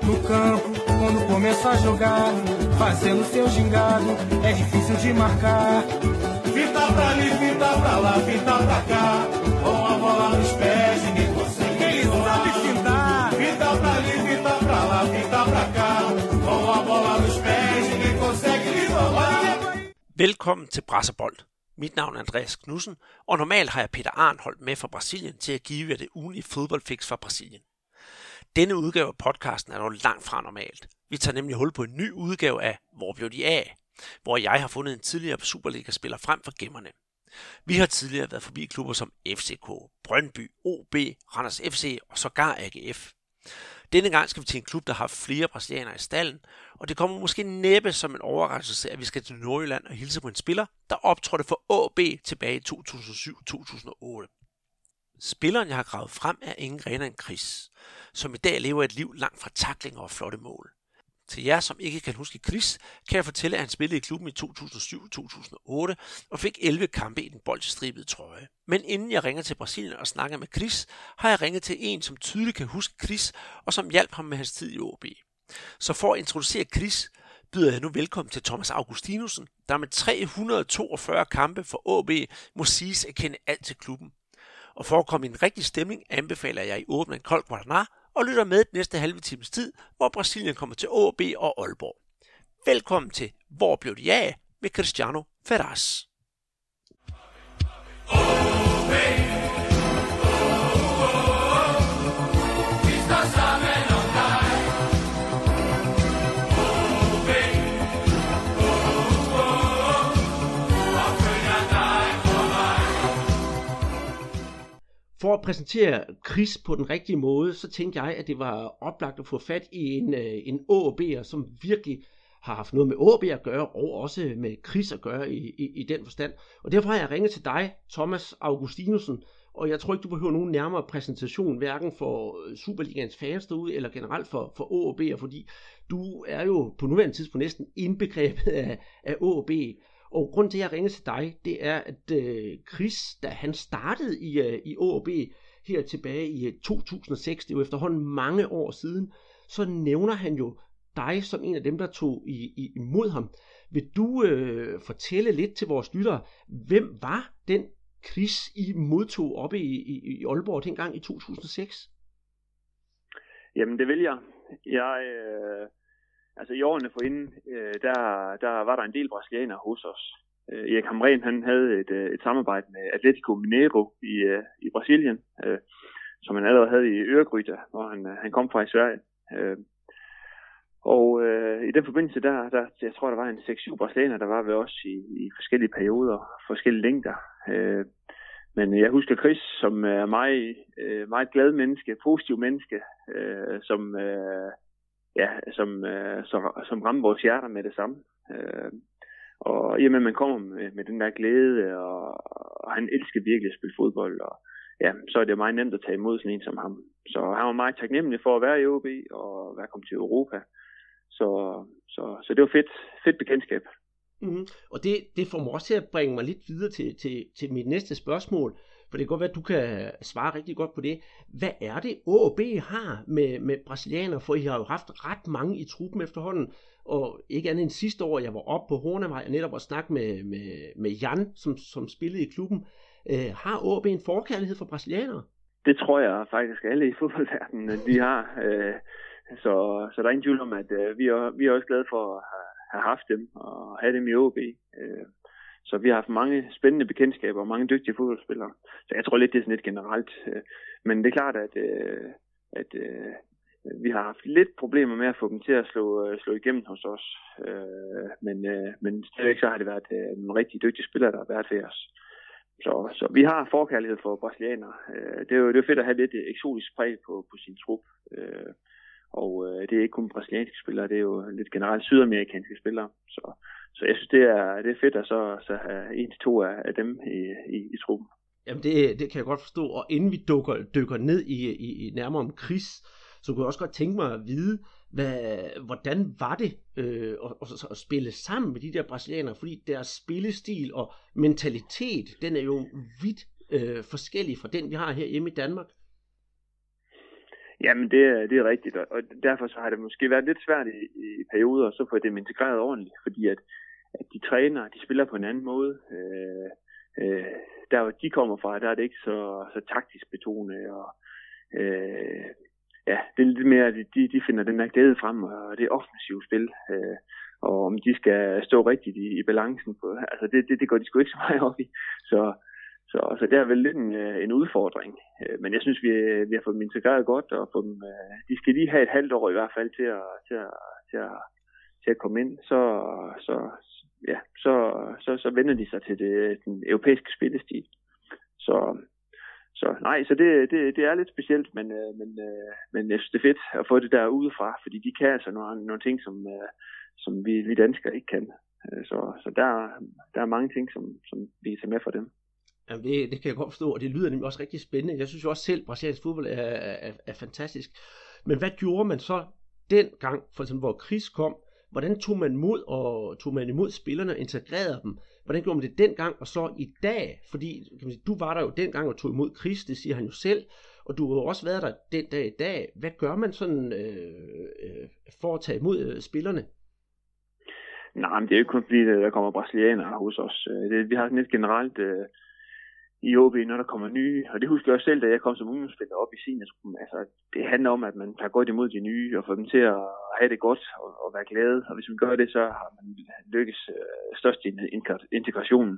no campo, quando começa a jogar, fazendo seu gingado, é difícil de marcar. Fita pra ali, fita pra lá, fita pra cá, com a bola nos pés, ninguém consegue. Ele sabe fintar. Fita pra ali, fita pra lá, fita pra cá, com a bola nos pés, ninguém consegue lhe roubar. Velkommen til Brasserbold. Mit navn er Andreas Knudsen, og normalt har jeg Peter Arnholdt med fra Brasilien til at give jer det ugenlige fodboldfix fra Brasilien. Denne udgave af podcasten er dog langt fra normalt. Vi tager nemlig hul på en ny udgave af Hvor blev de af?, hvor jeg har fundet en tidligere Superliga-spiller frem for gemmerne. Vi har tidligere været forbi klubber som FCK, Brøndby, OB, Randers FC og sågar AGF. Denne gang skal vi til en klub, der har flere brasilianere i stallen, og det kommer måske næppe som en overraskelse, at vi skal til Nordjylland og hilse på en spiller, der optrådte for AB tilbage i 2007-2008. Spilleren, jeg har gravet frem, er ingen ringere end Chris, som i dag lever et liv langt fra tacklinger og flotte mål. Til jer, som ikke kan huske Chris, kan jeg fortælle, at han spillede i klubben i 2007-2008 og fik 11 kampe i den boldstribede trøje. Men inden jeg ringer til Brasilien og snakker med Chris, har jeg ringet til en, som tydeligt kan huske Chris, og som hjalp ham med hans tid i OB. Så for at introducere Chris, byder jeg nu velkommen til Thomas Augustinussen, der med 342 kampe for AB må siges at kende alt til klubben. Og for at komme i en rigtig stemning, anbefaler jeg, at I åbner en kold Guaraná og lytter med den næste halve times tid, hvor Brasilien kommer til AB og Aalborg. Velkommen til Hvor blev de af? Med Cristiano Ferraz. For at præsentere Chris på den rigtige måde, så tænkte jeg, at det var oplagt at få fat i en AAB'er, som virkelig har haft noget med AB at gøre, og også med Chris at gøre i den forstand. Og derfor har jeg ringet til dig, Thomas Augustinussen, og jeg tror ikke, du behøver nogen nærmere præsentation, hverken for Superligaens fans derude, eller generelt for AAB'er, fordi du er jo på nuværende tidspunkt næsten indbegrebet af AAB. Og grunden til, at jeg ringede til dig, det er, at Chris, da han startede i AAB her tilbage i 2006, det er jo efterhånden mange år siden, så nævner han jo dig som en af dem, der tog imod ham. Vil du fortælle lidt til vores lyttere, hvem var den Chris, I modtog oppe i Aalborg dengang i 2006? Jamen, det vil jeg. Altså i årene forinden, der var der en del brasilianere hos os. Erik Hamrén, han havde et samarbejde med Atlético Mineiro i Brasilien, som han allerede havde i Örgryte, hvor han kom fra i Sverige. Og i den forbindelse, jeg tror, der var en 6-7 brasilianere, der var ved os i forskellige perioder, forskellige længder. Men jeg husker Chris som meget glad menneske, positiv menneske, som rammer vores hjerter med det samme. Og i og med, at man kommer med den der glæde, og han elsker virkelig at spille fodbold, og ja, så er det meget nemt at tage imod sådan en som ham. Så han var meget taknemmelig for at være i OB og være kommet til Europa. Så det var fedt bekendtskab. Mm-hmm. Og det får mig også til at bringe mig lidt videre til mit næste spørgsmål. For det kan godt være, at du kan svare rigtig godt på det. Hvad er det, AAB har med brasilianere? For I har jo haft ret mange i truppen efterhånden. Og ikke andet end sidste år, jeg var oppe på Hornevej og netop at snakke med Jan, som spillede i klubben. Har AAB en forkærlighed for brasilianere? Det tror jeg faktisk alle i fodboldverdenen, de har. Så der er ingen tvivl om, at vi er også glade for at have haft dem og have dem i AAB. Så vi har haft mange spændende bekendtskaber og mange dygtige fodboldspillere. Så jeg tror lidt, det er sådan lidt generelt. Men det er klart, at vi har haft lidt problemer med at få dem til at slå igennem hos os. Men stadigvæk så har det været nogle rigtig dygtige spillere, der har været ved os. Så vi har forkærlighed for brasilianere. Det er jo fedt at have lidt eksotisk præg på sin trup. Og det er ikke kun brasilianske spillere, det er jo lidt generelt sydamerikanske spillere. Så jeg synes, det er fedt at så have 1-2 af dem i truppen. Jamen det kan jeg godt forstå, og inden vi dykker ned i nærmere om Chris, så kunne jeg også godt tænke mig at vide, hvordan var det at spille sammen med de der brasilianere, fordi deres spillestil og mentalitet, den er jo vidt forskellig fra den, vi har her hjemme i Danmark. Jamen, det er rigtigt, og derfor så har det måske været lidt svært i perioder, så få dem integreret ordentligt, fordi at de træner, de spiller på en anden måde. Der hvor de kommer fra, der er det ikke så taktisk betonet, og det er lidt mere, at de finder den der glæde frem, og det er offensivt spil, og om de skal stå rigtigt i balancen på, altså det går de sgu ikke så meget op i, så det er vel lidt en udfordring. Men jeg synes, vi har fået dem integreret godt, og de skal lige have et halvt år i hvert fald til at komme ind. Så vender de sig til den europæiske spillestil. Så det er lidt specielt, men jeg synes, det er fedt at få det der udefra, fordi de kan altså nogle ting, som vi danskere ikke kan. Så der er mange ting, som vi tager med for dem. Jamen det kan jeg godt forstå, og det lyder nemlig også rigtig spændende. Jeg synes jo også selv, at brasiliansk fodbold er fantastisk. Men hvad gjorde man så dengang, for eksempel hvor Chris kom? Hvordan tog man imod spillerne og integrerede dem? Hvordan gjorde man det dengang og så i dag? Fordi kan man sige, du var der jo dengang og tog imod Chris, det siger han jo selv, og du har jo også været der den dag i dag. Hvad gør man sådan for at tage imod spillerne? Nej, men det er jo ikke kun fordi, der kommer brasilianere hos os. Vi har sådan lidt generelt i OB, når der kommer nye, og det husker jeg også selv, da jeg kom som ungdomsspiller op i seniorgruppen. Altså, det handler om, at man tager godt imod de nye, og får dem til at have det godt og være glade. Og hvis man gør det, så har man lykkes størst i integrationen.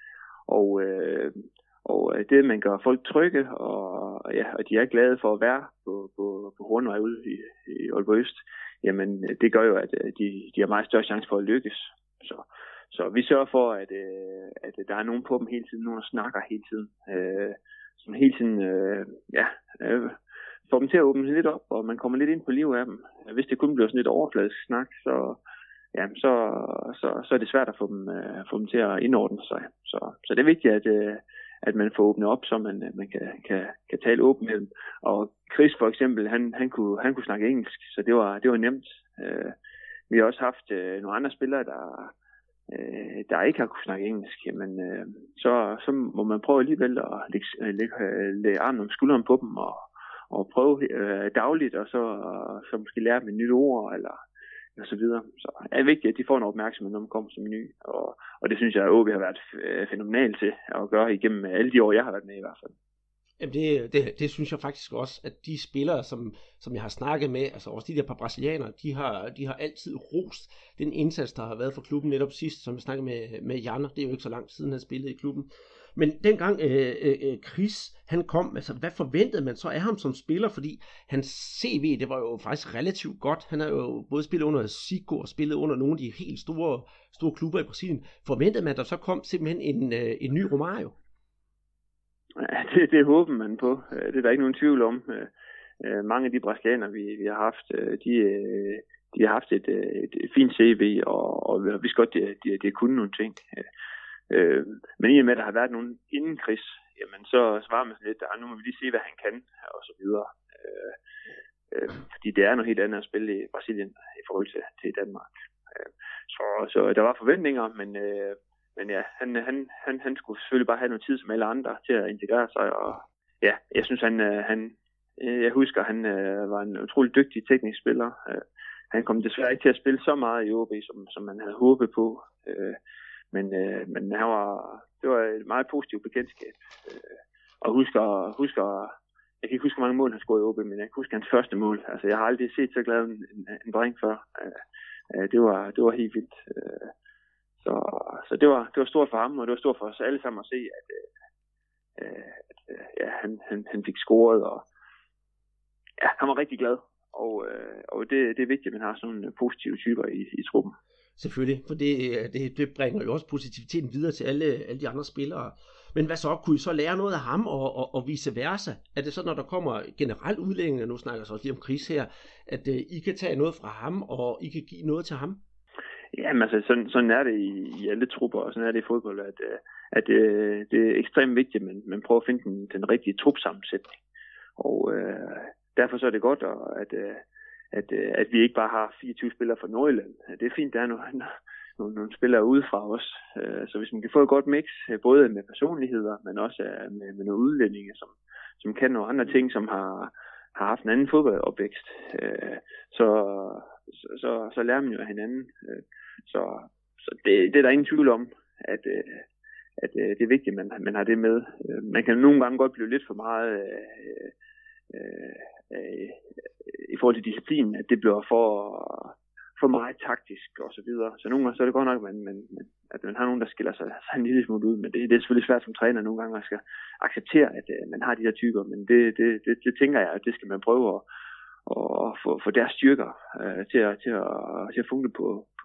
Og det, man gør folk trygge, og de er glade for at være på Hornvej ude i Aalborg Øst, jamen det gør jo, at de har meget større chance for at lykkes. Så vi sørger for, at der er nogen på dem hele tiden, nogen der snakker hele tiden. Som hele tiden, får dem til at åbne lidt op, og man kommer lidt ind på livet af dem. Hvis det kun bliver sådan lidt overfladisk snak, så er det svært at få dem til at indordne sig. Så det er vigtigt, at man får åbnet op, så man kan tale åbent med dem. Og Chris for eksempel, han kunne snakke engelsk, så det var nemt. Vi har også haft nogle andre spillere, der ikke har kunnet snakke engelsk, men så må man prøve alligevel at lægge armen om skulderen på dem og prøve dagligt, og så måske lære dem et nyt ord eller så videre. Så er det vigtigt, at de får en opmærksomhed, når man kommer som ny, og det synes jeg, at OB har været fænomenalt til at gøre igennem alle de år, jeg har været med i hvert fald. Jamen det synes jeg faktisk også, at de spillere, som jeg har snakket med, altså også de der par brasilianere, de har altid rost den indsats, der har været for klubben netop sidst, som jeg snakkede med Janner. Det er jo ikke så lang tid siden, han spillede i klubben. Men dengang Chris, han kom, altså hvad forventede man så af ham som spiller? Fordi hans CV, det var jo faktisk relativt godt. Han har jo både spillet under Zico og spillet under nogle af de helt store klubber i Brasilien. Forventede man, at der så kom simpelthen en ny Romario? Det håber man på. Det er der ikke nogen tvivl om. Mange af de brasilianere, vi har haft, de har haft et fint CV, og vi har vist godt, de har kunnet nogle ting. Men i og med, at der har været nogen inden Chris, jamen så svarer man sådan lidt, nu må vi lige se, hvad han kan, og så videre. Fordi det er noget helt andet at spille i Brasilien i forhold til Danmark. Så der var forventninger, men ja, han skulle selvfølgelig bare have noget tid som alle andre til at integrere sig, og ja, jeg synes jeg husker, han var en utrolig dygtig teknisk spiller. Han kom desværre ikke til at spille så meget i OB, som man havde håbet på, men det var et meget positivt bekendtskab. Og husker, jeg kan ikke huske, hvor mange mål han scorede i OB, men jeg kan huske hans første mål. Altså, jeg har aldrig set så glad en dreng før. Det var helt vildt. Så det var stort for ham, og det var stort for os alle sammen at se, at han fik scoret, og ja, han var rigtig glad. Og det er vigtigt, at man har sådan nogle positive typer i truppen. Selvfølgelig, for det bringer jo også positiviteten videre til alle de andre spillere. Men hvad så? Kunne I så lære noget af ham og vice versa? Er det så, når der kommer generelt udlændinge, nu snakker jeg så også lige om Chris her, at I kan tage noget fra ham, og I kan give noget til ham? Jamen altså, sådan er det i alle trupper, og sådan er det i fodbold, at det er ekstremt vigtigt, at man prøver at finde den rigtige trupsammensætning. Og derfor så er det godt, at vi ikke bare har 24 spillere fra Nordjylland. Det er fint, der er nogle spillere udefra os. Så hvis man kan få et godt mix, både med personligheder, men også med nogle udlændinge, som kan nogle andre ting, som har haft en anden fodboldopvækst. Så lærer man jo af hinanden. Så det er der ingen tvivl om, at det er vigtigt, at man har det med. Man kan nogle gange godt blive lidt for meget i forhold til disciplinen, at det bliver for meget taktisk og så videre. Så nogle gange så er det godt nok, at man har nogen, der skiller sig en lille smule ud, men det er selvfølgelig svært som træner nogle gange at skal acceptere, at man har de her typer, men det tænker jeg, at det skal man prøve at få deres styrker til at fungere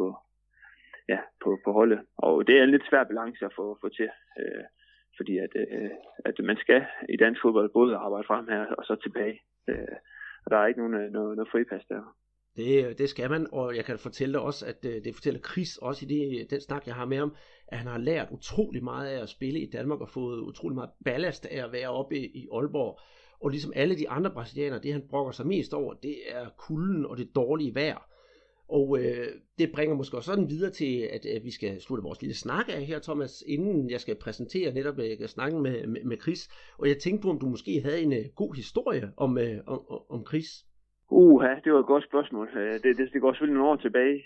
på holdet. Og det er en lidt svær balance at få til, fordi at man skal i dansk fodbold både arbejde frem her og så tilbage. Og der er ikke noget fripas der. Det skal man, og jeg kan fortælle dig også, at det fortæller Chris også i den snak, jeg har med ham, at han har lært utrolig meget af at spille i Danmark og fået utrolig meget ballast af at være oppe i Aalborg. Og ligesom alle de andre brasilianere, det han brokker sig mest over, det er kulden og det dårlige vejr. Og det bringer måske også sådan videre til, at vi skal slutte vores lille snak af her, Thomas, inden jeg skal præsentere netop snakken med Chris. Og jeg tænkte på, om du måske havde en god historie om Chris. Det var et godt spørgsmål. Det går selvfølgelig nogle år tilbage.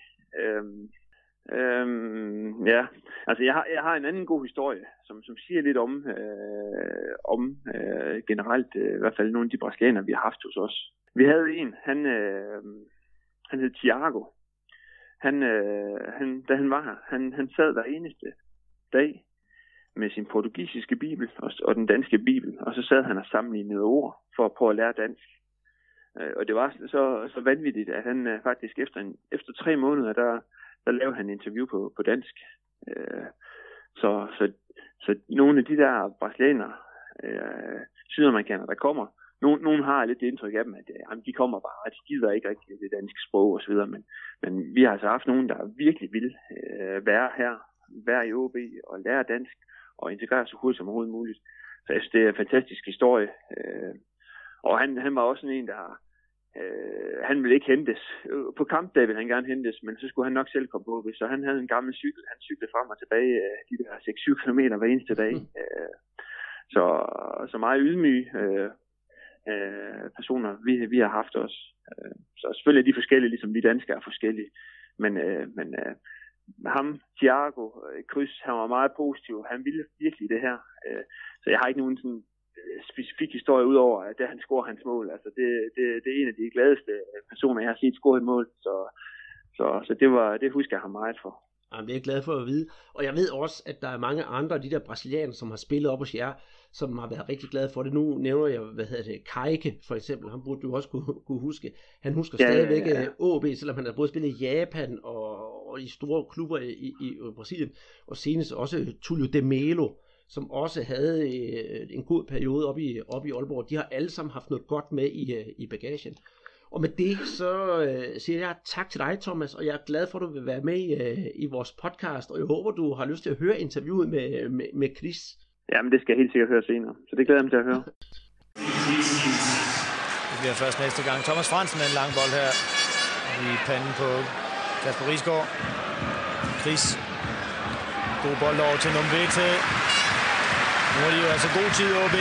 Ja, altså jeg har en anden god historie, som siger lidt om generelt, i hvert fald nogle af de brasilianere, vi har haft hos os. Vi havde en, han hed Thiago. Da han var her, han sad hver eneste dag med sin portugisiske bibel og den danske bibel, og så sad han og sammenlignede ord for at prøve at lære dansk. Og det var så vanvittigt, at han faktisk efter 3 måneder, der lavede han interview på dansk. Så nogle af de der brasilianere, sydamerikanere, der kommer, nogen har lidt det indtryk af dem, at de kommer bare, de gider ikke rigtig det danske sprog og så videre, men vi har altså haft nogen, der virkelig vil være i OB og lære dansk og integrere så hurtigt som overhovedet muligt. Så jeg synes, det er en fantastisk historie. Og han var også sådan en, der han ville ikke hentes. På kampdag ville han gerne hentes, men så skulle han nok selv komme på. Så han havde en gammel cykel. Han cyklede frem og tilbage de der 6-7 kilometer hver eneste dag. Så meget ydmyge personer, vi har haft også. Så selvfølgelig er de forskellige, ligesom vi danskere er forskellige. Men ham, Thiago, Chris, han var meget positiv. Han ville virkelig det her. Så jeg har ikke nogen sådan specifik historie udover, at da han scorer hans mål. Altså det er en af de gladeste personer, jeg har set score et mål. Så det husker jeg ham meget for. Jamen, det er jeg glad for at vide. Og jeg ved også, at der er mange andre af de der brasilianere, som har spillet op hos jer, som har været rigtig glade for det. Nu nævner jeg, Kajke for eksempel. Han burde du også kunne huske. Han husker stadigvæk OB, selvom han har både spillet i Japan og i store klubber i Brasilien. Og senest også Túlio de Melo, som også havde en god periode oppe i Aalborg. De har alle sammen haft noget godt med i bagagen. Og med det, så siger jeg tak til dig, Thomas, og jeg er glad for, at du vil være med i vores podcast, og jeg håber, du har lyst til at høre interviewet med Chris. Jamen, det skal jeg helt sikkert høre senere, så det glæder jeg mig til at høre. Det bliver først næste gang. Thomas Fransen med en lang bold her i panden på Kasper Risgaard. Chris. God bold over til Nomvete. Nu er de jo altså god tid, OB.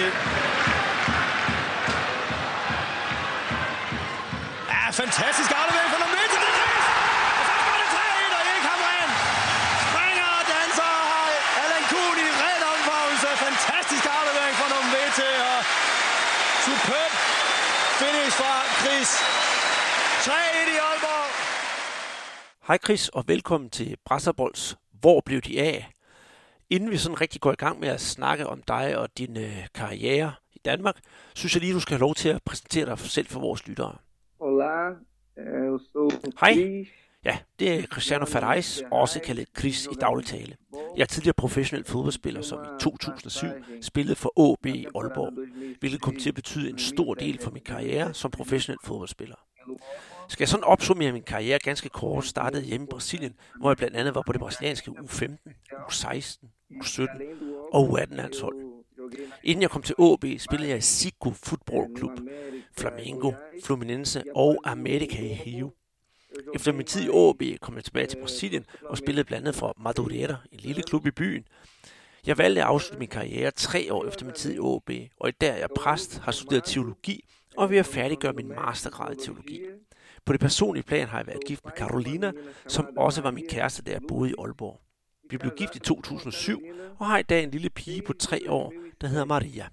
Ja, fantastisk aflevering fra Nomvete. Det er Chris! Og så går det 3-1, og Erik Hamren springer og danser og har Allan Kuhn i ren omfavnelse. Fantastisk aflevering fra Nomvete og superb finish fra Chris. 3-1 i Aalborg. Hej Chris, og velkommen til Brasserbolds Hvor blev de af? Inden vi sådan rigtig går i gang med at snakke om dig og din karriere i Danmark, synes jeg lige, du skal have lov til at præsentere dig selv for vores lyttere. Olá, eu sou Hej, ja, det er Cristiano Ferreis, også kaldet Chris i dagligtale. Jeg er tidligere professionel fodboldspiller, som i 2007 spillede for OB i Aalborg, hvilket kom til at betyde en stor del for min karriere som professionel fodboldspiller. Skal jeg sådan opsummere min karriere ganske kort, startede hjemme i Brasilien, hvor jeg blandt andet var på det brasilianske U15, U16, U17 og U18-landshold. Inden jeg kom til OB, spillede jeg i Zico Futebol Club, Flamengo, Fluminense og América i Rio. Efter min tid i OB kom jeg tilbage til Brasilien og spillede blandt andet for Madureira, en lille klub i byen. Jeg valgte at afslutte min karriere 3 år efter min tid i OB, og i dag er jeg præst, har studeret teologi og ved at færdiggøre min mastergrad i teologi. På det personlige plan har jeg været gift med Carolina, som også var min kæreste, da jeg boede i Aalborg. Vi blev gift i 2007 og har i dag en lille pige på 3 år, der hedder Maria.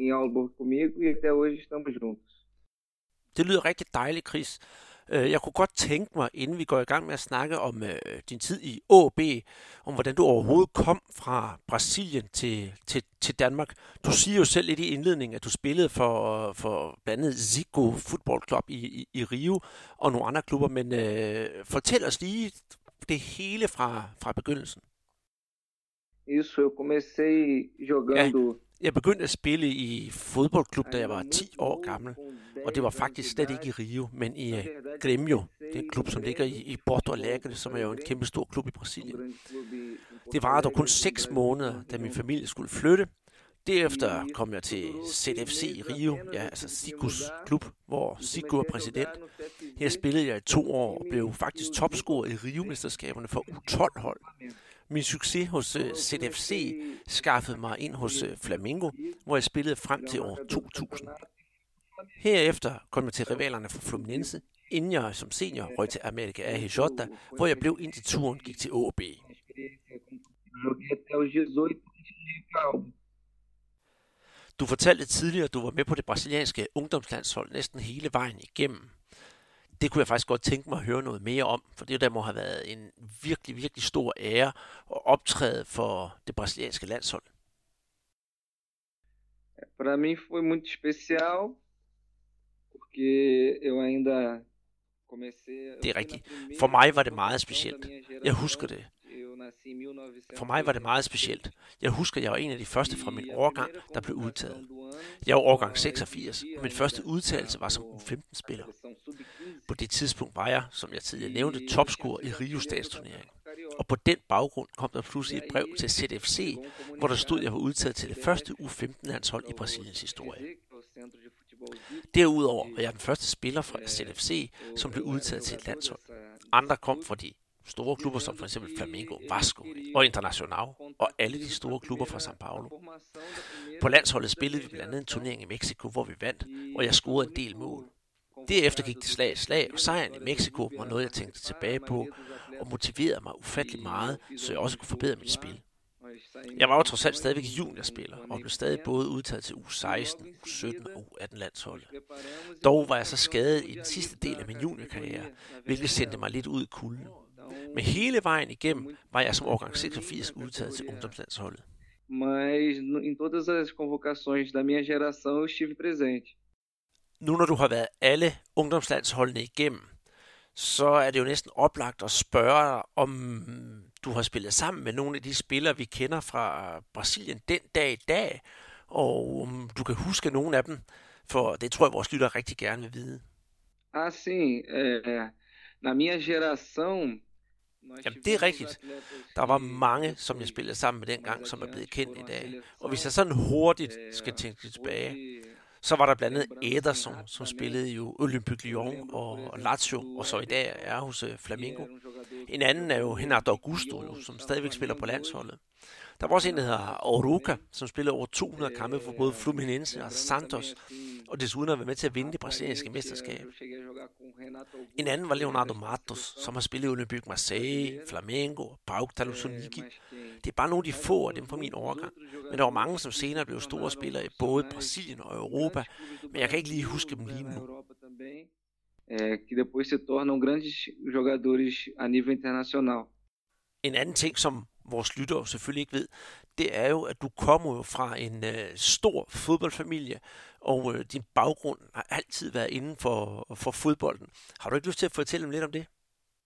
Det lyder rigtig dejligt, Chris. Jeg kunne godt tænke mig, inden vi går i gang med at snakke om din tid i AaB, om hvordan du overhovedet kom fra Brasilien til Danmark. Du siger jo selv lidt i indledningen, at du spillede for blandt andet Zico Football Club i Rio og nogle andre klubber, men fortæl os lige det hele fra begyndelsen. Isso, eu comecei jogando. Jeg begyndte at spille i fodboldklub, da jeg var 10 år gammel, og det var faktisk slet ikke i Rio, men i Grêmio. Det er en klub, som ligger i Porto Alegre, som er jo en kæmpe stor klub i Brasilien. Det var dog kun 6 måneder, da min familie skulle flytte. Derefter kom jeg til ZFC i Rio, altså Zicos klub, hvor Zico er præsident. Her spillede jeg i 2 år og blev faktisk topscorer i Rio-mesterskaberne for U12-hold. Min succes hos ZFC skaffede mig ind hos Flamengo, hvor jeg spillede frem til år 2000. Herefter kom jeg til rivalerne fra Fluminense, inden jeg som senior røg til América RJ, hvor jeg blev indtil turen gik til AaB. Du fortalte tidligere, at du var med på det brasilianske ungdomslandshold næsten hele vejen igennem. Det kunne jeg faktisk godt tænke mig at høre noget mere om, for det der må have været en virkelig, virkelig stor ære at optræde for det brasilianske landshold. Para mim foi muito especial, porque eu ainda comecei. Det er rigtigt. For mig var det meget specielt. Jeg husker det. For mig var det meget specielt. Jeg husker, at jeg var en af de første fra min årgang, der blev udtaget. Jeg var årgang 86, og min første udtagelse var som U15-spiller. På det tidspunkt var jeg, som jeg tidligere nævnte, topscorer i Rio statsturneringen. Og på den baggrund kom der pludselig et brev til ZFC, hvor der stod, at jeg var udtaget til det første U15-landshold i Brasiliens historie. Derudover var jeg den første spiller fra ZFC, som blev udtaget til et landshold. Andre kom fra de store klubber som for eksempel Flamengo, Vasco og Internacional, og alle de store klubber fra São Paulo. På landsholdet spillede vi blandt andet en turnering i Mexico, hvor vi vandt, og jeg scorede en del mål. Derefter gik det slag i slag, og sejren i Mexico var noget, jeg tænkte tilbage på, og motiverede mig ufattelig meget, så jeg også kunne forbedre mit spil. Jeg var jo trods alt stadigvæk juniorspiller, og blev stadig både udtaget til U16, U17 og U18 landsholdet. Dog var jeg så skadet i den sidste del af min juniorkarriere, hvilket sendte mig lidt ud i kulden. Men hele vejen igennem var jeg som årgang 86 udtaget til ungdomslandsholdet. Mas em todas as convocações da minha geração eu estive presente. Nu når du har været alle ungdomslandsholdene igennem, så er det jo næsten oplagt at spørge dig, om du har spillet sammen med nogle af de spillere, vi kender fra Brasilien den dag i dag, og om du kan huske nogle af dem, for det tror jeg, vores lyttere rigtig gerne vil vide. Sim. Na minha geração. Jamen, det er rigtigt. Der var mange, som jeg spillede sammen med dengang, som er blevet kendt i dag. Og hvis jeg sådan hurtigt skal tænke tilbage, så var der blandt andet Ederson, som spillede i Olympique Lyon og Lazio, og så i dag er hos Flamengo. En anden er jo Renato Augusto, som stadigvæk spiller på landsholdet. Der var også en, der hedder Oruca, som spillede over 200 kampe for både Fluminense og Santos, og desuden har været med til at vinde det brasilianske mesterskab. En anden var Leonardo Matos, som har spillet i Olympique Marseille, Flamengo og PAOK Thessaloniki. Det er bare nogle af de få af dem fra min overgang, men der var mange, som senere blev store spillere i både Brasilien og Europa, men jeg kan ikke lige huske dem lige nu. Que depois se tornam grandes jogadores a nível internacional. En anden ting, som vores lyttere selvfølgelig ikke ved, det er jo, at du kommer jo fra en stor fodboldfamilie, og din baggrund har altid været inden for fodbolden. Har du ikke lyst til at fortælle dem lidt om det?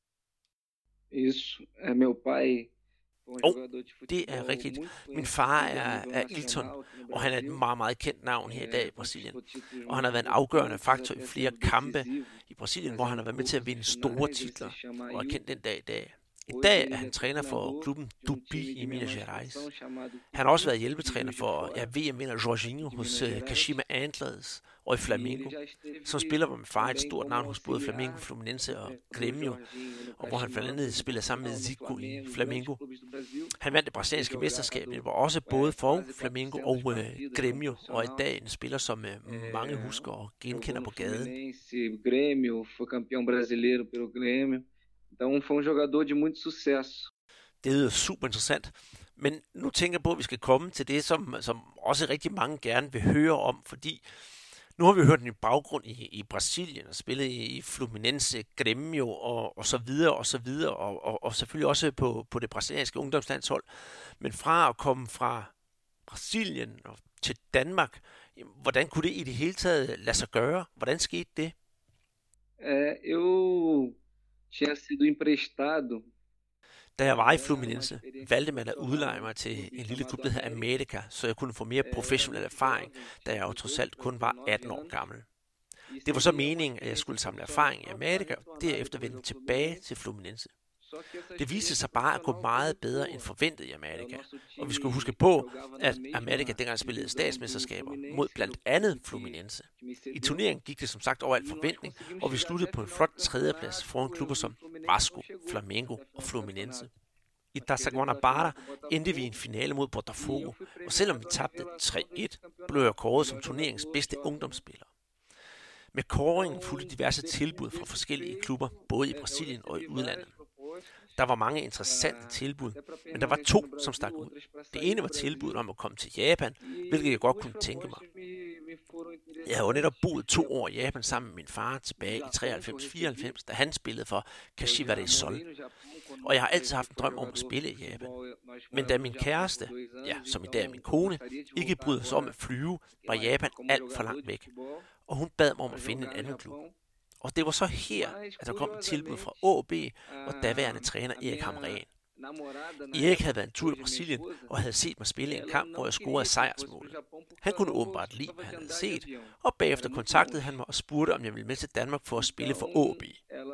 Isso, meu pai. Det er rigtigt. Min far er Ailton, og han er et meget, meget kendt navn her i dag i Brasilien. Og han har været en afgørende faktor i flere kampe i Brasilien, hvor han har været med til at vinde store titler, og er kendt den dag i dag. I dag er han træner for klubben Tupi i Minas Gerais. Han har også været hjælpetræner for VM-vinder Jorginho hos Kashima Antlers og i Flamengo. Som spiller var min far et stort navn hos både Flamengo, Fluminense og Grêmio, og hvor han blandt andet spiller sammen med Zico i Flamengo. Han vandt det brasilianske mesterskab, men var også både for Flamengo og Grêmio, og i dag en spiller, som mange husker og genkender på gaden. Grêmio, foi campeão brasileiro pelo Grêmio. Então foi jogador de muito sucesso. Det er super interessant, men nu tænker jeg på, at vi skal komme til det, som også rigtig mange gerne vil høre om, fordi nu har vi hørt en baggrund i Brasilien og spillet i Fluminense, Grêmio og så videre og så videre, og selvfølgelig også på det brasilianske ungdomslandshold. Men fra at komme fra Brasilien og til Danmark, hvordan kunne det i det hele taget lade sig gøre? Hvordan skete det? Eu tinha sido emprestado. Da jeg var i Fluminense, valgte man at udleje mig til en lille klub, der hedder América, så jeg kunne få mere professionel erfaring, da jeg jo trods alt kun var 18 år gammel. Det var så meningen, at jeg skulle samle erfaring i América, og derefter vende tilbage til Fluminense. Det viste sig bare at gå meget bedre end forventet i América, og vi skulle huske på, at América dengang spillede statsmesterskaber mod blandt andet Fluminense. I turneringen gik det som sagt over al forventning, og vi sluttede på en flot tredjeplads foran klubber som Vasco, Flamengo og Fluminense. I Taça Guanabara endte vi i en finale mod Botafogo, og selvom vi tabte 3-1, blev jeg kåret som turneringens bedste ungdomsspiller. Med kåringen fulgte diverse tilbud fra forskellige klubber, både i Brasilien og i udlandet. Der var mange interessante tilbud, men der var 2, som stak ud. Det ene var tilbuddet om at komme til Japan, hvilket jeg godt kunne tænke mig. Jeg havde jo netop boet 2 år i Japan sammen med min far tilbage i 93-94, da han spillede for Kashiwa Reysol. Og jeg har altid haft en drøm om at spille i Japan. Men da min kæreste, som i dag er min kone, ikke brød sig om at flyve, var Japan alt for langt væk. Og hun bad mig om at finde en anden klub. Og det var så her, at der kom et tilbud fra AaB og daværende træner Erik Hamrén. Erik havde været en tur i Brasilien og havde set mig spille en kamp, hvor jeg scorede sejrsmålet. Han kunne åbenbart lide, hvad han havde set, og bagefter kontaktede han mig og spurgte, om jeg ville med til Danmark for at spille for AaB.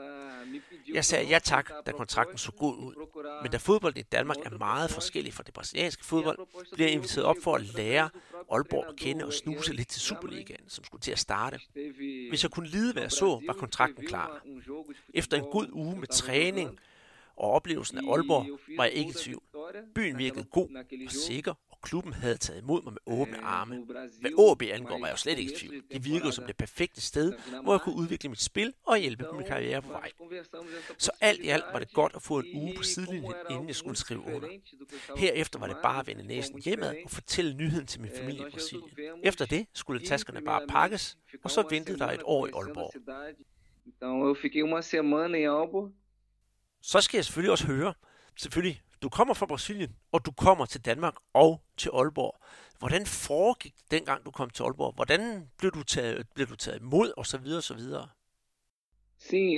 Jeg sagde ja tak, da kontrakten så god ud. Men da fodbold i Danmark er meget forskellig fra det brasilianske fodbold, bliver jeg inviteret op for at lære Aalborg at kende og snuse lidt til Superligaen, som skulle til at starte. Hvis jeg kunne lide, hvad jeg så, var kontrakten klar. Efter en god uge med træning og oplevelsen af Aalborg var jeg ikke i tvivl. Byen virkede god og sikker, og klubben havde taget imod mig med åbne arme. Hvad AaB angår, var jeg jo slet ikke i tvivl. Det virkede som det perfekte sted, hvor jeg kunne udvikle mit spil og hjælpe min karriere på vej. Så alt i alt var det godt at få en uge på sidelinjen, inden jeg skulle skrive under. Herefter var det bare at vende næsen hjemad og fortælle nyheden til min familie i Brasilien. Efter det skulle taskerne bare pakkes, og så ventede der et år i Aalborg. Então eu fiquei uma semana i Aalborg. Så skal jeg selvfølgelig også høre, du kommer fra Brasilien, og du kommer til Danmark og til Aalborg. Hvordan foregik det dengang, du kom til Aalborg? Hvordan blev du taget imod, og så videre, og så videre? Sim,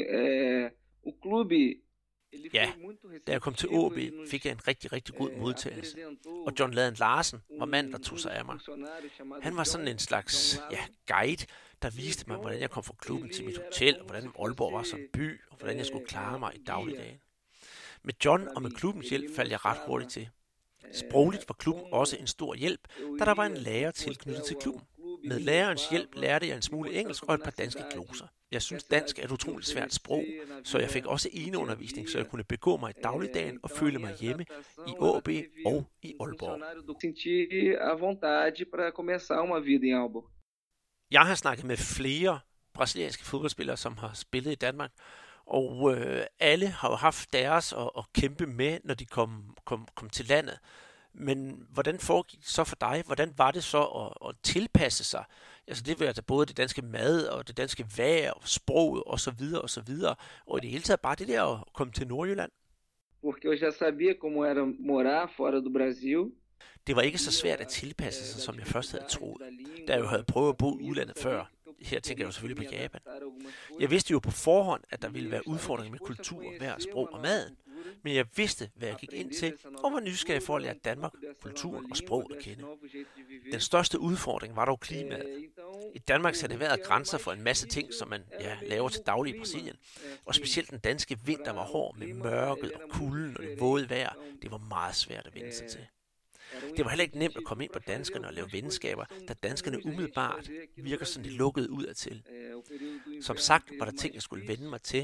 o clube. Ja, da jeg kom til AaB, fik jeg en rigtig, rigtig god modtagelse. Og John Laden Larsen var manden, der tog sig af mig. Han var sådan en slags guide, der viste mig, hvordan jeg kom fra klubben til mit hotel, og hvordan Aalborg var som by, og hvordan jeg skulle klare mig i dagligdagen. Med John og med klubbens hjælp faldt jeg ret hurtigt til. Sprogligt var klubben også en stor hjælp, da der var en lærer tilknyttet til klubben. Med lærerens hjælp lærte jeg en smule engelsk og et par danske gloser. Jeg synes, dansk er et utroligt svært sprog, så jeg fik også eneundervisning, så jeg kunne begå mig i dagligdagen og føle mig hjemme i AaB og i Aalborg. Jeg har snakket med flere brasilianske fodboldspillere, som har spillet i Danmark, og alle har jo haft deres at kæmpe med, når de kom til landet. Men hvordan foregik det så for dig? Hvordan var det så at tilpasse sig? Altså det var altså både det danske mad og det danske vejr og sproget og så videre og så videre. Og i det hele taget bare det der at komme til Nordjylland. Porque eu já sabia como era morar fora do Brasil. Det var ikke så svært at tilpasse sig, som jeg først havde troet, da jeg jo havde prøvet at bo i udlandet før. Her tænker jeg jo selvfølgelig på Japan. Jeg vidste jo på forhånd, at der ville være udfordringer med kultur, vejr, sprog og maden. Men jeg vidste, hvad jeg gik ind til, og var nysgerrig for at lære Danmark, kulturen og sproget at kende. Den største udfordring var dog klimaet. I Danmark har det været grænser for en masse ting, som man laver til daglig i Brasilien. Og specielt den danske vinter var hård med mørket og kulden og det våde vejr. Det var meget svært at vende sig til. Det var heller ikke nemt at komme ind på danskerne og lave venskaber, da danskerne umiddelbart virker sådan lidt lukket udadtil. Som sagt var der ting, jeg skulle vende mig til,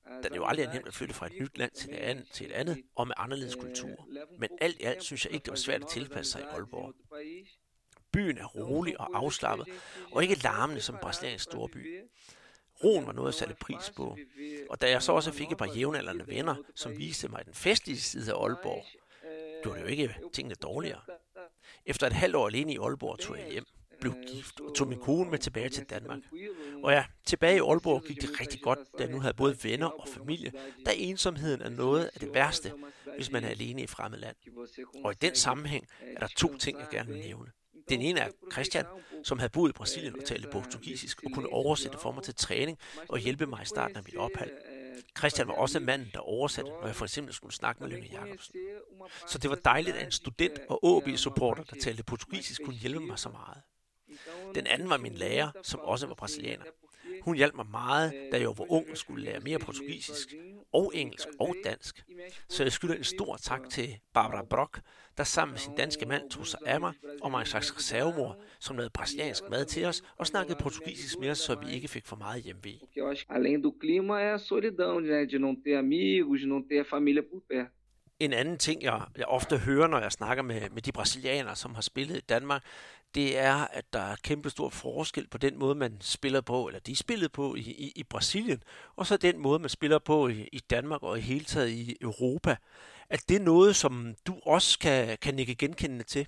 da det jo aldrig er nemt at flytte fra et nyt land til et andet, og med anderledes kultur. Men alt i alt synes jeg ikke, det var svært at tilpasse sig i Aalborg. Byen er rolig og afslappet, og ikke larmende som en brasiliansk storby. Roen var noget, jeg satte pris på. Og da jeg så også fik et par jævnaldrende venner, som viste mig den festlige side af Aalborg, gjorde det jo ikke tingene dårligere. Efter et halvt år alene i Aalborg tog jeg hjem, blev gift og tog min kone med tilbage til Danmark. Og ja, tilbage i Aalborg gik det rigtig godt, da jeg nu havde både venner og familie, da ensomheden er noget af det værste, hvis man er alene i et fremmed land. Og i den sammenhæng er der 2 ting, jeg gerne vil nævne. Den ene er Christian, som havde boet i Brasilien og talte portugisisk og kunne oversætte for mig til træning og hjælpe mig i starten af mit ophold. Christian var også manden, der oversatte, når jeg for eksempel skulle snakke med Lønge Jacobsen. Så det var dejligt, at en student og AaB-supporter, der talte portugisisk, kunne hjælpe mig så meget. Den anden var min lærer, som også var brasilianer. Hun hjalp mig meget, da jeg var ung og skulle lære mere portugisisk, og engelsk og dansk. Så jeg skylder en stor tak til Barbara Brock, der sammen med sin danske mand tog sig af mig, og mig en slags reservemor, som lavede brasiliansk mad til os og snakkede portugisisk med os, så vi ikke fik for meget hjemve. Além do clima er solidão, né? De não ter amigos, de não ter familia por perto. En anden ting, jeg ofte hører, når jeg snakker med de brasilianere, som har spillet i Danmark, det er, at der er kæmpe stor forskel på den måde, man spiller på, eller de spillede på i Brasilien, og så den måde, man spiller på i Danmark og i hele taget i Europa. Er det noget, som du også kan nikke genkendende til?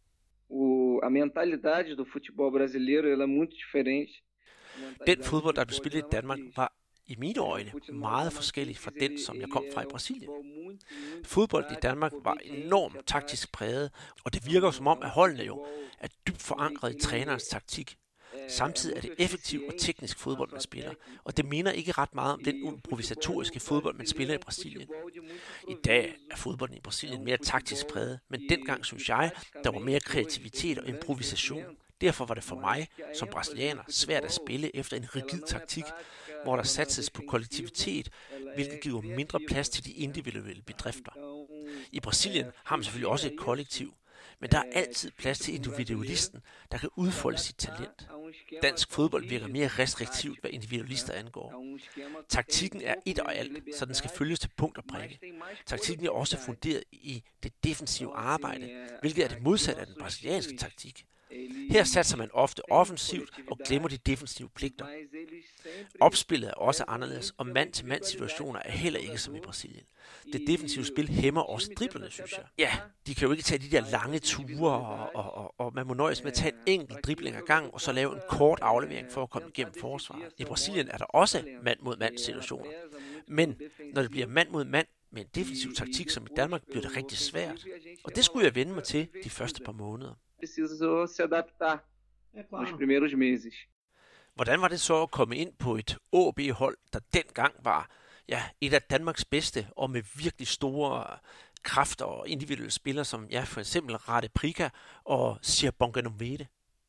A mentalidade do futebol brasileiro ela er muito diferente. Den fodbold, der blev spillet i Danmark, var i mine øjne meget forskellig fra den, som jeg kom fra i Brasilien. Fodbold i Danmark var enormt taktisk præget, og det virker som om, at holdene jo er dybt forankret i trænerens taktik. Samtidig er det effektiv og teknisk fodbold, man spiller, og det minder ikke ret meget om den improvisatoriske fodbold, man spiller i Brasilien. I dag er fodbolden i Brasilien mere taktisk præget, men dengang synes jeg, der var mere kreativitet og improvisation. Derfor var det for mig, som brasilianer, svært at spille efter en rigid taktik, hvor der satses på kollektivitet, hvilket giver mindre plads til de individuelle bedrifter. I Brasilien har man selvfølgelig også et kollektiv, men der er altid plads til individualisten, der kan udfolde sit talent. Dansk fodbold virker mere restriktivt, hvad individualister angår. Taktikken er et og alt, så den skal følges til punkt og prikke. Taktikken er også funderet i det defensive arbejde, hvilket er det modsatte af den brasilianske taktik. Her satser man ofte offensivt og glemmer de defensive pligter. Opspillet er også anderledes, og mand-til-mand situationer er heller ikke som i Brasilien. Det defensive spil hæmmer også driblerne, synes jeg. Ja, de kan jo ikke tage de der lange ture, og man må nøjes med at tage en enkelt dribling ad gang, og så lave en kort aflevering for at komme igennem forsvaret. I Brasilien er der også mand-mod-mand situationer. Men når det bliver mand mod mand med en defensiv taktik som i Danmark, bliver det rigtig svært. Og det skulle jeg vende mig til de første par måneder. Precisou se adaptar nos primeiros meses. Hvordan var det så at komme ind på et AaB-hold, der dengang var et af Danmarks bedste, og med virkelig store kræfter og individuelle spillere, som for eksempel Rade Prica og Sir Bonganovede?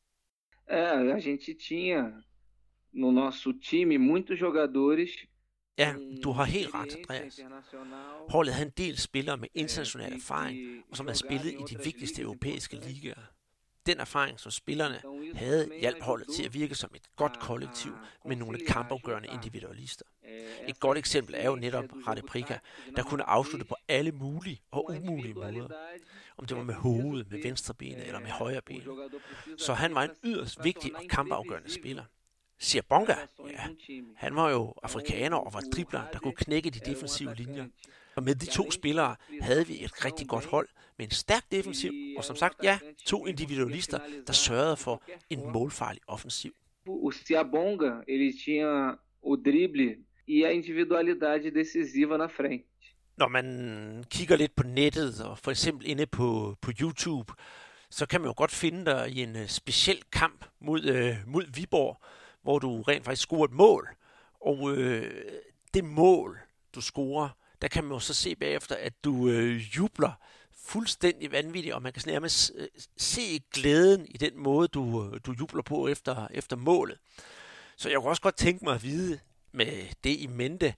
A gente tinha no nosso time muitos jogadores. Ja, du har helt ret, Andreas. Holdet havde en del spillere med international erfaring, og som havde spillet i de vigtigste europæiske ligaer. Den erfaring, som spillerne havde, hjalp holdet til at virke som et godt kollektiv med nogle kampafgørende individualister. Et godt eksempel er jo netop Rade Prica, der kunne afslutte på alle mulige og umulige måder. Om det var med hovedet, med venstre benet eller med højre benet. Så han var en yderst vigtig og kampafgørende spiller. Sir Bonga, han var jo afrikaner og var dribler, der kunne knække de defensive linjer. Og med de 2 spillere havde vi et rigtig godt hold med en stærk defensiv, og som sagt, 2 individualister, der sørgede for en målfarlig offensiv. O Sir Bonga, ele tinha o drible e a individualidade decisiva na frente. Når man kigger lidt på nettet, og for eksempel inde på YouTube, så kan man jo godt finde dig i en speciel kamp mod Viborg, hvor du rent faktisk scorer et mål. Og det mål, du scorer, der kan man jo så se bagefter, at du jubler fuldstændig vanvittigt, og man kan nærmest se glæden i den måde, du jubler på efter målet. Så jeg kunne også godt tænke mig at vide med det i mente,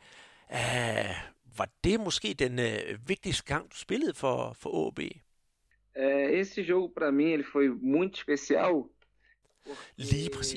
var det måske den vigtigste gang, du spillede for AaB? Esse jogo para mim ele foi muito especial. Lige præcis.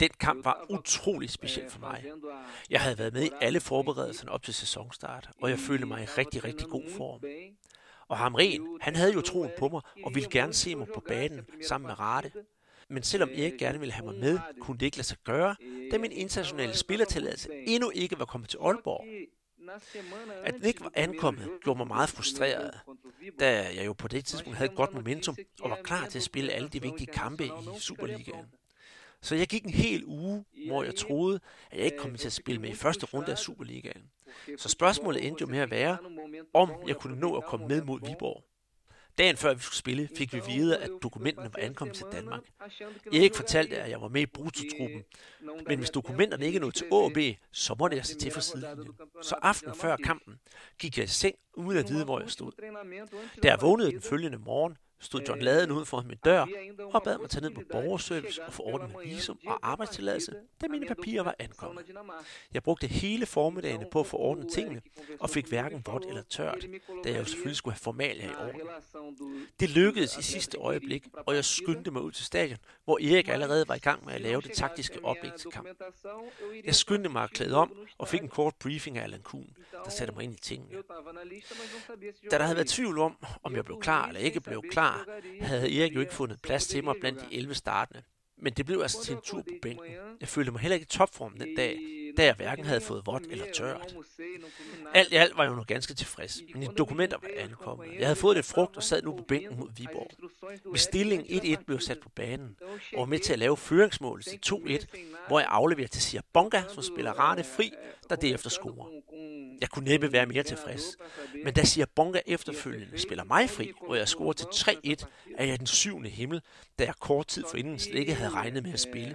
Den kamp var utrolig speciel for mig. Jeg havde været med i alle forberedelserne op til sæsonstart, og jeg følte mig i rigtig, rigtig god form. Og Hamrén, han havde jo troen på mig, og ville gerne se mig på banen sammen med Rade. Men selvom Erik gerne ville have mig med, kunne det ikke lade sig gøre, da min internationale spillertilladelse endnu ikke var kommet til Aalborg. At den ikke var ankommet, gjorde mig meget frustreret, da jeg jo på det tidspunkt havde et godt momentum og var klar til at spille alle de vigtige kampe i Superligaen. Så jeg gik en hel uge, hvor jeg troede, at jeg ikke kom til at spille med i første runde af Superligaen. Så spørgsmålet endte jo med at være, om jeg kunne nå at komme med mod Viborg. Dagen før vi skulle spille, fik vi at vide, at dokumenterne var ankommet til Danmark. Erik fortalte, at jeg var med i brutotruppen, men hvis dokumenterne ikke nåede til AaB, så måtte jeg se til for sidelinjen. Så aften før kampen gik jeg i seng, uden at vide, hvor jeg stod. Da jeg vågnede den følgende morgen, stod John Laden ude foran min dør og bad mig tage ned på borgerservice og få ordnet med visum og arbejdstilladelse, da mine papirer var ankommet. Jeg brugte hele formiddagen på at få ordnet tingene, og fik hverken vådt eller tørt, da jeg jo selvfølgelig skulle have formalia i orden. Det lykkedes i sidste øjeblik, og jeg skyndte mig ud til stadion, hvor Erik allerede var i gang med at lave det taktiske oplæg til kampen. Jeg skyndte mig at klæde om og fik en kort briefing af Allan Kuhn, der satte mig ind i tingene. Da der havde været tvivl om jeg blev klar eller ikke blev klar, havde Erik jo ikke fundet plads til mig blandt de 11 startende. Men det blev altså til en tur på bænken. Jeg følte mig heller ikke i topform den dag, da jeg hverken havde fået vådt eller tørt. Alt i alt var jeg jo nu ganske tilfreds, men mine dokumenter var ankommet. Jeg havde fået lidt frugt og sad nu på bænken mod Viborg. Med stillingen 1-1 blev sat på banen, og var med til at lave føringsmålet til 2-1, hvor jeg afleverer til Sia Bonga, som spiller Rane fri, der derefter scorer. Jeg kunne næppe være mere tilfreds, men da Sia Bonga efterfølgende spiller mig fri, og jeg scorer til 3-1, er jeg den 7. himmel, da jeg kort tid forinden slet ikke havde regnet med at spille.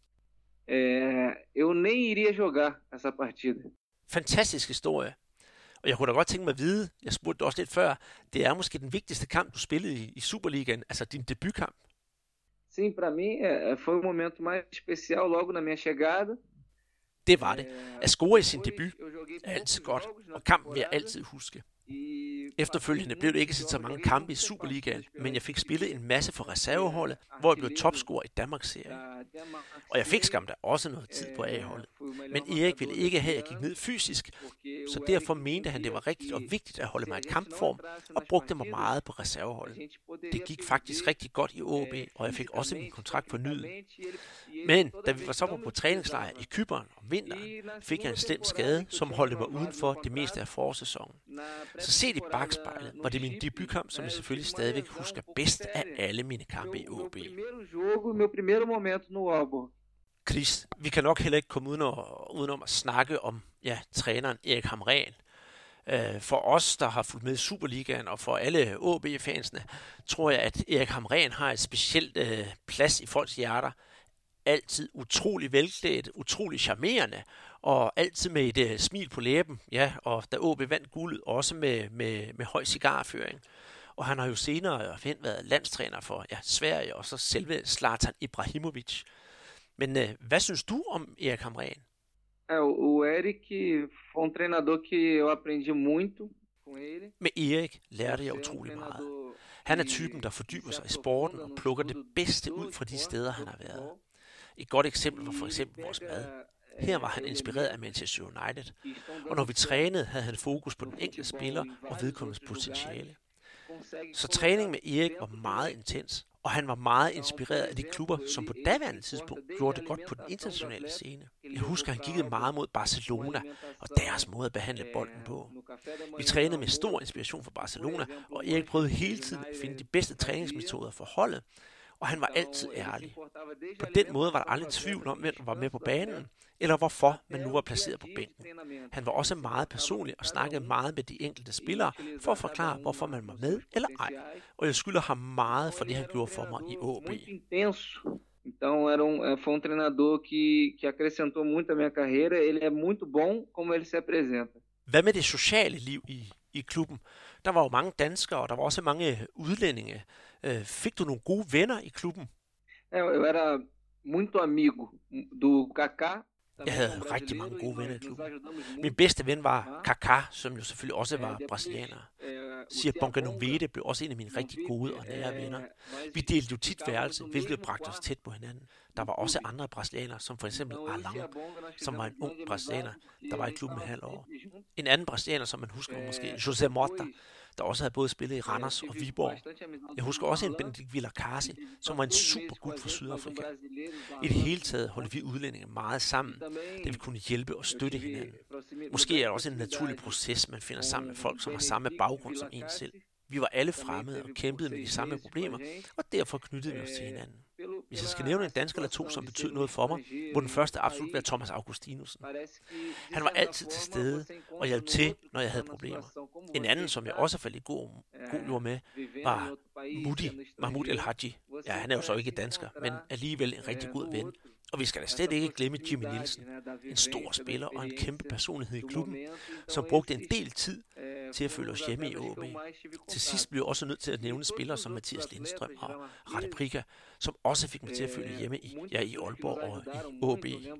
Eu nem iria jogar essa partida. Fantastisk historie. Og jeg kunne da godt tænke mig at vide, jeg spurgte også lidt før, det er måske den vigtigste kamp, du spillede i Superligaen, altså din debutkamp. Sim, para mim foi o momento mais especial logo na minha chegada. Det var det. At score i sin debut er altid godt, og kampen vil jeg altid huske. Efterfølgende blev det ikke så mange kampe i Superligaen, men jeg fik spillet en masse for reserveholdet, hvor jeg blev topscorer i Danmarksserien. Og jeg fik skam da også noget tid på A-holdet. Men Erik ville ikke have, at jeg gik ned fysisk, så derfor mente han, det var rigtigt og vigtigt at holde mig i kampform, og brugte mig meget på reserveholdet. Det gik faktisk rigtig godt i AaB, og jeg fik også min kontrakt fornyet. Men da vi var så på træningslejr i Cypern om vinteren, fik jeg en slem skade, som holdt mig udenfor det meste af forårssæsonen. Så set i bagspejlet var det min debutkamp, som jeg selvfølgelig stadigvæk husker bedst af alle mine kampe i AaB. Chris, vi kan nok heller ikke komme udenom at snakke om træneren Erik Hamrén. For os, der har fulgt med i Superligaen, og for alle AaB-fansene, tror jeg, at Erik Hamrén har et specielt plads i folks hjerter. Altid utrolig velklædt, utrolig charmerende, og altid med et smil på læben. Ja, og da AaB vandt guldet, også med høj cigarføring. Og han har jo senere været landstræner for Sverige, og så selve Zlatan Ibrahimovic. Men hvad synes du om Erik Hamrén? O Erik foi treinador que eu aprendi muito com ele. Med Erik lærte jeg utrolig meget. Han er typen, der fordyber sig i sporten og plukker det bedste ud fra de steder, han har været. Et godt eksempel var for eksempel vores mad. Her var han inspireret af Manchester United, og når vi trænede, havde han fokus på den enkelte spiller og vedkommendes potentiale. Så træning med Erik var meget intens, og han var meget inspireret af de klubber, som på daværende tidspunkt gjorde det godt på den internationale scene. Jeg husker, han kiggede meget mod Barcelona og deres måde at behandle bolden på. Vi trænede med stor inspiration for Barcelona, og Erik prøvede hele tiden at finde de bedste træningsmetoder for holdet, og han var altid ærlig. På den måde var der aldrig tvivl om, hvem der var med på banen, eller hvorfor man nu var placeret på bænken. Han var også meget personlig og snakkede meget med de enkelte spillere for at forklare, hvorfor man var med eller ej. Og jeg skylder ham meget for det, han gjorde for mig i AaB. Então foi treinador que acrescentou muito a minha carreira. Ele é muito bom como ele se apresenta. Hvad med det sociale liv i klubben? Der var jo mange danskere, og der var også mange udlændinge. Fik du nogle gode venner i klubben? Eu era muito amigo do Kaká. Jeg havde rigtig mange gode venner i klubben. Min bedste ven var Kaká, som jo selvfølgelig også var brasilianer. Sir Bonganovede blev også en af mine rigtig gode og nære venner. Vi delte jo tit værelse, hvilket bragte os tæt på hinanden. Der var også andre brasilianere, som for eksempel Arlan, som var en ung brasilianer, der var i klubben et halvt år. En anden brasilianer, som man husker, var måske José Mota, der også havde både spillet i Randers og Viborg. Jeg husker også en Benedikt Villarcasi, som var en super gut fra Sydafrika. I det hele taget holdt vi udlændinge meget sammen, da vi kunne hjælpe og støtte hinanden. Måske er det også en naturlig proces, man finder sammen med folk, som har samme baggrund som en selv. Vi var alle fremmede og kæmpede med de samme problemer, og derfor knyttede vi os til hinanden. Hvis jeg skal nævne en dansker eller to, som betød noget for mig, må den første absolut være Thomas Augustinussen. Han var altid til stede og hjalp til, når jeg havde problemer. En anden, som jeg også faldt i god jord med, var Mahmoud El Hadji. Ja, han er jo så ikke dansker, men alligevel en rigtig god ven. Og vi skal da slet ikke glemme Jimmy Nielsen, en stor spiller og en kæmpe personlighed i klubben, som brugte en del tid til at føle os hjemme i AaB. Til sidst blev jeg også nødt til at nævne spillere som Mathias Lindstrøm og Rade Prica, som også fik mig til at føle hjemme i Aalborg og i AaB.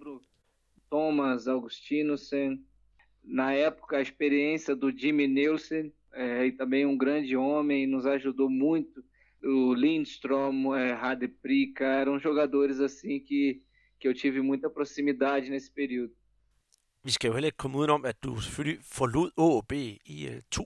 Thomas Augustinussen, na época a experiência do Jimmy Nielsen, e também grande homem, nos ajudou muito. O Lindstrøm, Rade Prica, eram jogadores assim que jeg tive muita proximidade nesse periode. Vi skal jo heller ikke komme udenom, at du selvfølgelig forlod AaB i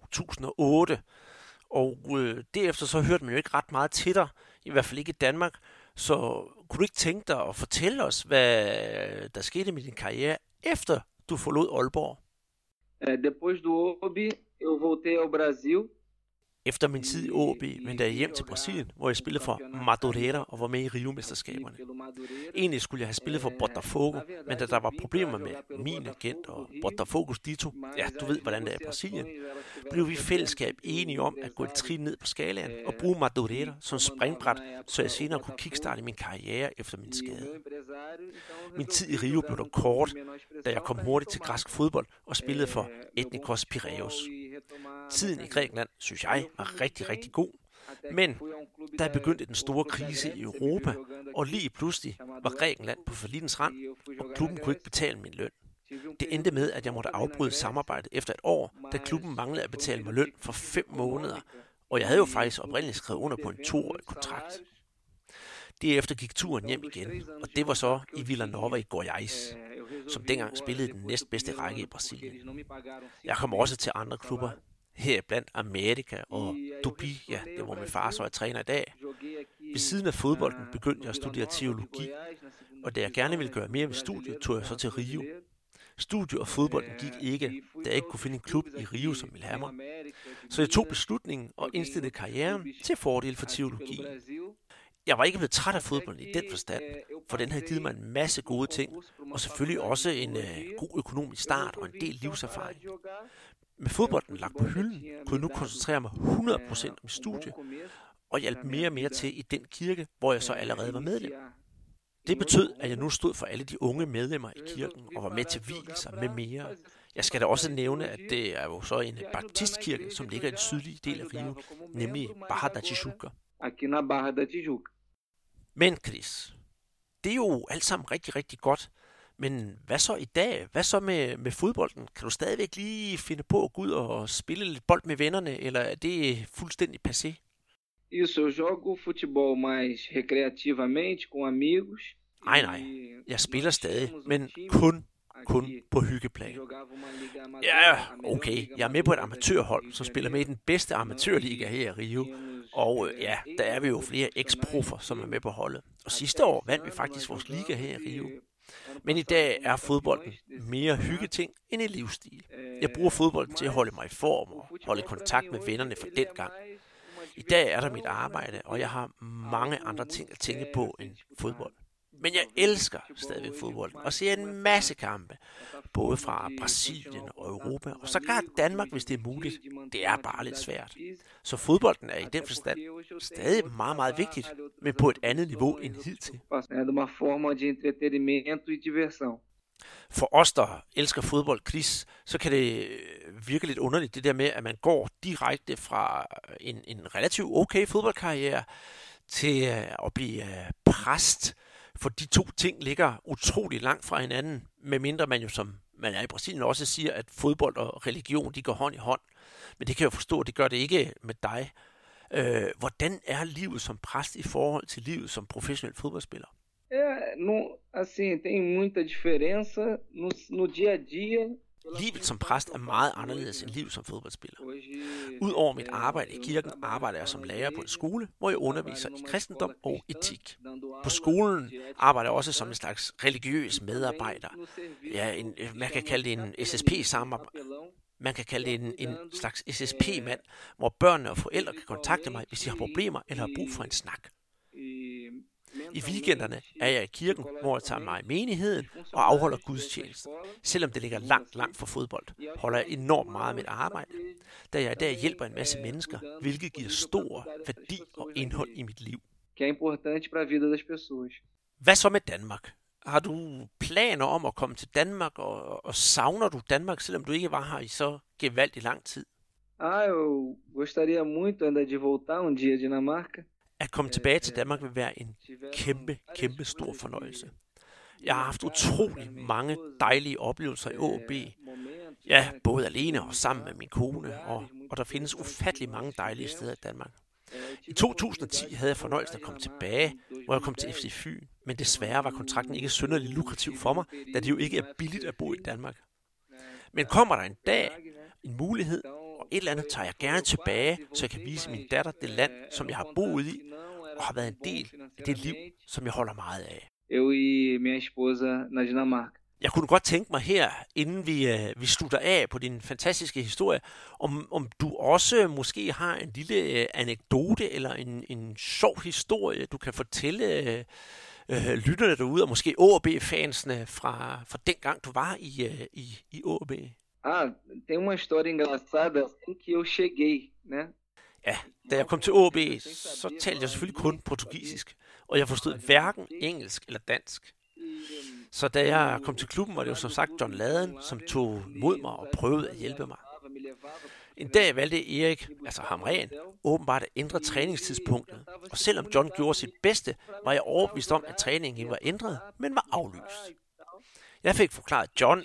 2008, og derefter så hørte man jo ikke ret meget til dig, i hvert fald ikke i Danmark. Så kunne du ikke tænke dig at fortælle os, hvad der skete med din karriere, efter du forlod Aalborg? Depois do AaB, eu voltei ao Brasil. Efter min tid i AaB vendte jeg hjem til Brasilien, hvor jeg spillede for Madureira og var med i Rio-mesterskaberne. Egentlig skulle jeg have spillet for Botafogo, men da der var problemer med min agent og Botafogos dito, ja, du ved, hvordan det er i Brasilien, blev vi i fællesskab enige om at gå et trin ned på skalaen og bruge Madureira som springbræt, så jeg senere kunne kickstarte min karriere efter min skade. Min tid i Rio blev dog kort, da jeg kom hurtigt til græsk fodbold og spillede for Ethnikos Piraeus. Tiden i Grækenland, synes jeg, var rigtig, rigtig god. Men der begyndte den store krise i Europa, og lige pludselig var Grækenland på fallittens rand, og klubben kunne ikke betale min løn. Det endte med, at jeg måtte afbryde samarbejdet efter et år, da klubben manglede at betale mig løn for 5 måneder, og jeg havde jo faktisk oprindeligt skrevet under på en 2-årig kontrakt. Derefter gik turen hjem igen, og det var så i Vila Nova i Goiás, som dengang spillede den næstbedste række i Brasilien. Jeg kom også til andre klubber, heriblandt Amerika og Tupi, ja, det hvor min far så er træner i dag. Ved siden af fodbolden begyndte jeg at studere teologi, og da jeg gerne ville gøre mere ved studiet, tog jeg så til Rio. Studiet og fodbolden gik ikke, da jeg ikke kunne finde en klub i Rio, som ville have mig. Så jeg tog beslutningen og indstillede karrieren til fordel for teologi. Jeg var ikke blevet træt af fodbolden i den forstand, for den havde givet mig en masse gode ting, og selvfølgelig også en god økonomisk start og en del livserfaring. Med fodbolden lagt på hylden, kunne jeg nu koncentrere mig 100% om studie, og hjælpe mere og mere til i den kirke, hvor jeg så allerede var medlem. Det betød, at jeg nu stod for alle de unge medlemmer i kirken, og var med til vielser med mere. Jeg skal da også nævne, at det er jo så en baptistkirke, som ligger i den sydlige del af Rio, nemlig Barra da Tijuca. Men Chris, det er jo alt sammen rigtig, rigtig godt. Men hvad så i dag? Hvad så med fodbolden? Kan du stadigvæk lige finde på at gå ud og spille lidt bold med vennerne, eller er det fuldstændig passé? Isso, eu jogo futebol mais recreativamente com amigos. Nej, jeg spiller stadig, men kun på hyggeplan. Ja, okay, jeg er med på et amatørhold, som spiller med i den bedste amatørliga her i Rio. Og ja, der er vi jo flere eks-proffer, som er med på holdet. Og sidste år vandt vi faktisk vores liga her i Rio. Men i dag er fodbolden mere hyggeting end en livsstil. Jeg bruger fodbolden til at holde mig i form og holde kontakt med vennerne fra dengang. I dag er der mit arbejde, og jeg har mange andre ting at tænke på end fodbold. Men jeg elsker stadigvæk fodbolden og ser en masse kampe, både fra Brasilien og Europa, og sågar Danmark, hvis det er muligt. Det er bare lidt svært. Så fodbolden er i den forstand stadig meget, meget vigtigt, men på et andet niveau end hidtil. For os, der elsker fodbold, Chris, så kan det virke lidt underligt, det der med, at man går direkte fra en relativt okay fodboldkarriere til at blive præst For de to ting ligger utrolig langt fra hinanden, medmindre man jo, som man er i Brasilien, også siger, at fodbold og religion, de går hånd i hånd. Men det kan jeg jo forstå, at det gør det ikke med dig. Hvordan er livet som præst i forhold til livet som professionel fodboldspiller? Tem muita diferença no dia a dia. Livet som præst er meget anderledes end livet som fodboldspiller. Udover mit arbejde i kirken, arbejder jeg som lærer på en skole, hvor jeg underviser i kristendom og etik. På skolen arbejder jeg også som en slags religiøs medarbejder. Man kan kalde det en SSP-samarbejde. Man kan kalde det en slags SSP-mand, hvor børnene og forældre kan kontakte mig, hvis de har problemer eller har brug for en snak. I weekenderne er jeg i kirken, hvor jeg tager mig i menigheden og afholder gudstjenester. Selvom det ligger langt fra fodbold, holder jeg enormt meget af mit arbejde, da jeg i dag hjælper en masse mennesker, hvilket giver stor værdi og indhold i mit liv. Hvad så med Danmark? Har du planer om at komme til Danmark, og savner du Danmark, selvom du ikke var her i så gevaldigt lang tid? Eu gostaria muito ainda de voltar dia Dinamarca. At komme tilbage til Danmark vil være en kæmpe stor fornøjelse. Jeg har haft utrolig mange dejlige oplevelser i AaB. Ja, både alene og sammen med min kone, og der findes ufattelig mange dejlige steder i Danmark. I 2010 havde jeg fornøjelsen at komme tilbage, hvor jeg kom til FC Fyn, men desværre var kontrakten ikke synderligt lukrativ for mig, da det jo ikke er billigt at bo i Danmark. Men kommer der en dag, en mulighed, og et eller andet tager jeg gerne tilbage, så jeg kan vise min datter det land, som jeg har boet i, og har været en del af det liv, som jeg holder meget af. Eu e minha esposa na Dinamarca. Jeg kunne godt tænke mig her, inden vi slutter af på din fantastiske historie, om du også måske har en lille anekdote eller en sjov historie, du kan fortælle lytterne derude, og måske AaB-fansene fra dengang du var i AaB. Tem uma história engraçada assim que eu cheguei, né? Ja, da jeg kom til AaB, så talte jeg selvfølgelig kun portugisisk, og jeg forstod hverken engelsk eller dansk. Så da jeg kom til klubben, var det jo som sagt John Laden, som tog mod mig og prøvede at hjælpe mig. En dag valgte Erik, altså Hamrén, åbenbart at ændre træningstidspunktet, og selvom John gjorde sit bedste, var jeg overbevist om, at træningen ikke var ændret, men var aflyst. Jeg fik forklaret John,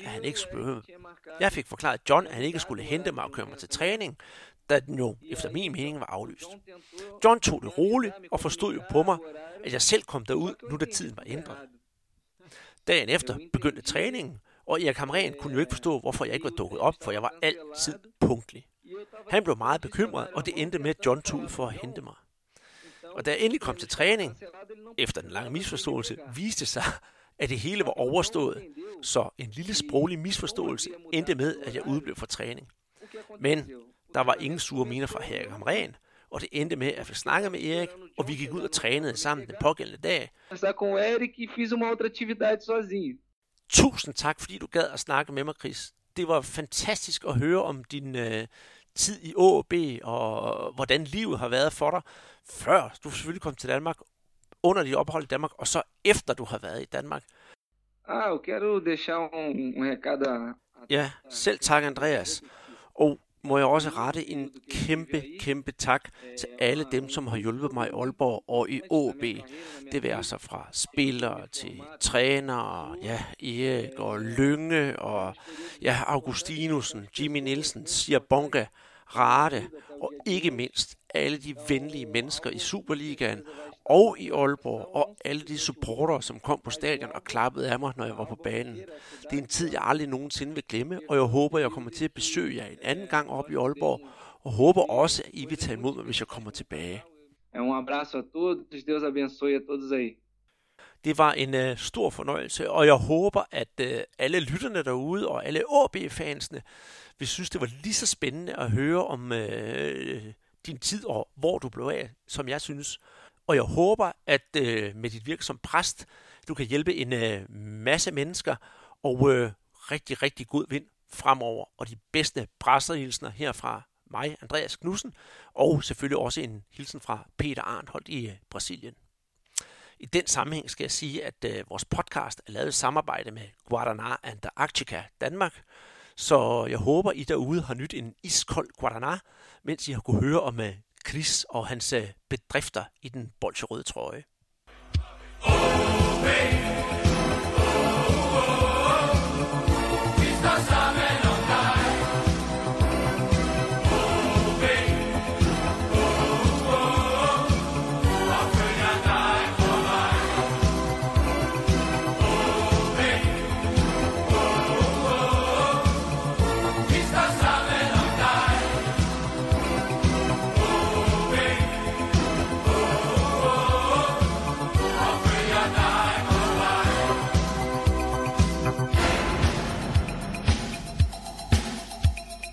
at han ikke skulle hente mig og køre mig til træning, da den jo efter min mening var aflyst. John tog det roligt og forstod jo på mig, at jeg selv kom derud, nu da tiden var ændret. Dagen efter begyndte træningen, og Erik Hamrén kunne jo ikke forstå, hvorfor jeg ikke var dukket op, for jeg var altid punktlig. Han blev meget bekymret, og det endte med, at John tog ud for at hente mig. Og da jeg endelig kom til træning, efter den lange misforståelse, viste sig, at det hele var overstået, så en lille sproglig misforståelse endte med, at jeg udeblev fra træning. Men der var ingen sure miner fra Erik Hamrén, og det endte med, at vi snakkede med Erik, og vi gik ud og trænede sammen den pågældende dag. Tusind tak, fordi du gad at snakke med mig, Chris. Det var fantastisk at høre om din tid i AaB, og hvordan livet har været for dig, før du selvfølgelig kom til Danmark, under dit ophold i Danmark, og så efter du har været i Danmark. Eu quero deixar recado. Ja, selv tak, Andreas. Og må jeg også rette en kæmpe tak til alle dem, som har hjulpet mig i Aalborg og i AaB. Det vil altså fra spillere til trænere, ja, Erik og Lynge og ja, Augustinusen, Jimmy Nielsen, Sir Bonga, Rade og ikke mindst alle de venlige mennesker i Superligaen og i Aalborg og alle de supportere, som kom på stadion og klappede af mig, når jeg var på banen. Det er en tid, jeg aldrig nogensinde vil glemme, og jeg håber, jeg kommer til at besøge jer en anden gang op i Aalborg, og håber også, at I vil tage imod mig, hvis jeg kommer tilbage. Abraço a todos. Deus abençoe a todos aí. Det var en stor fornøjelse, og jeg håber, at alle lytterne derude og alle AaB-fansene vil synes, det var lige så spændende at høre om din tid og hvor du blev af, som jeg synes. Og jeg håber, at med dit virke som præst, du kan hjælpe en masse mennesker og rigtig god vind fremover. Og de bedste præsterhilsner herfra mig, Andreas Knudsen, og selvfølgelig også en hilsen fra Peter Arnholdt i Brasilien. I den sammenhæng skal jeg sige, at vores podcast er lavet i samarbejde med Guaraná Antarctica Danmark. Så jeg håber, I derude har nyt en iskold Guaraná, mens I har kunne høre om Chris og hans bedrifter i den bolcherøde trøje. rei.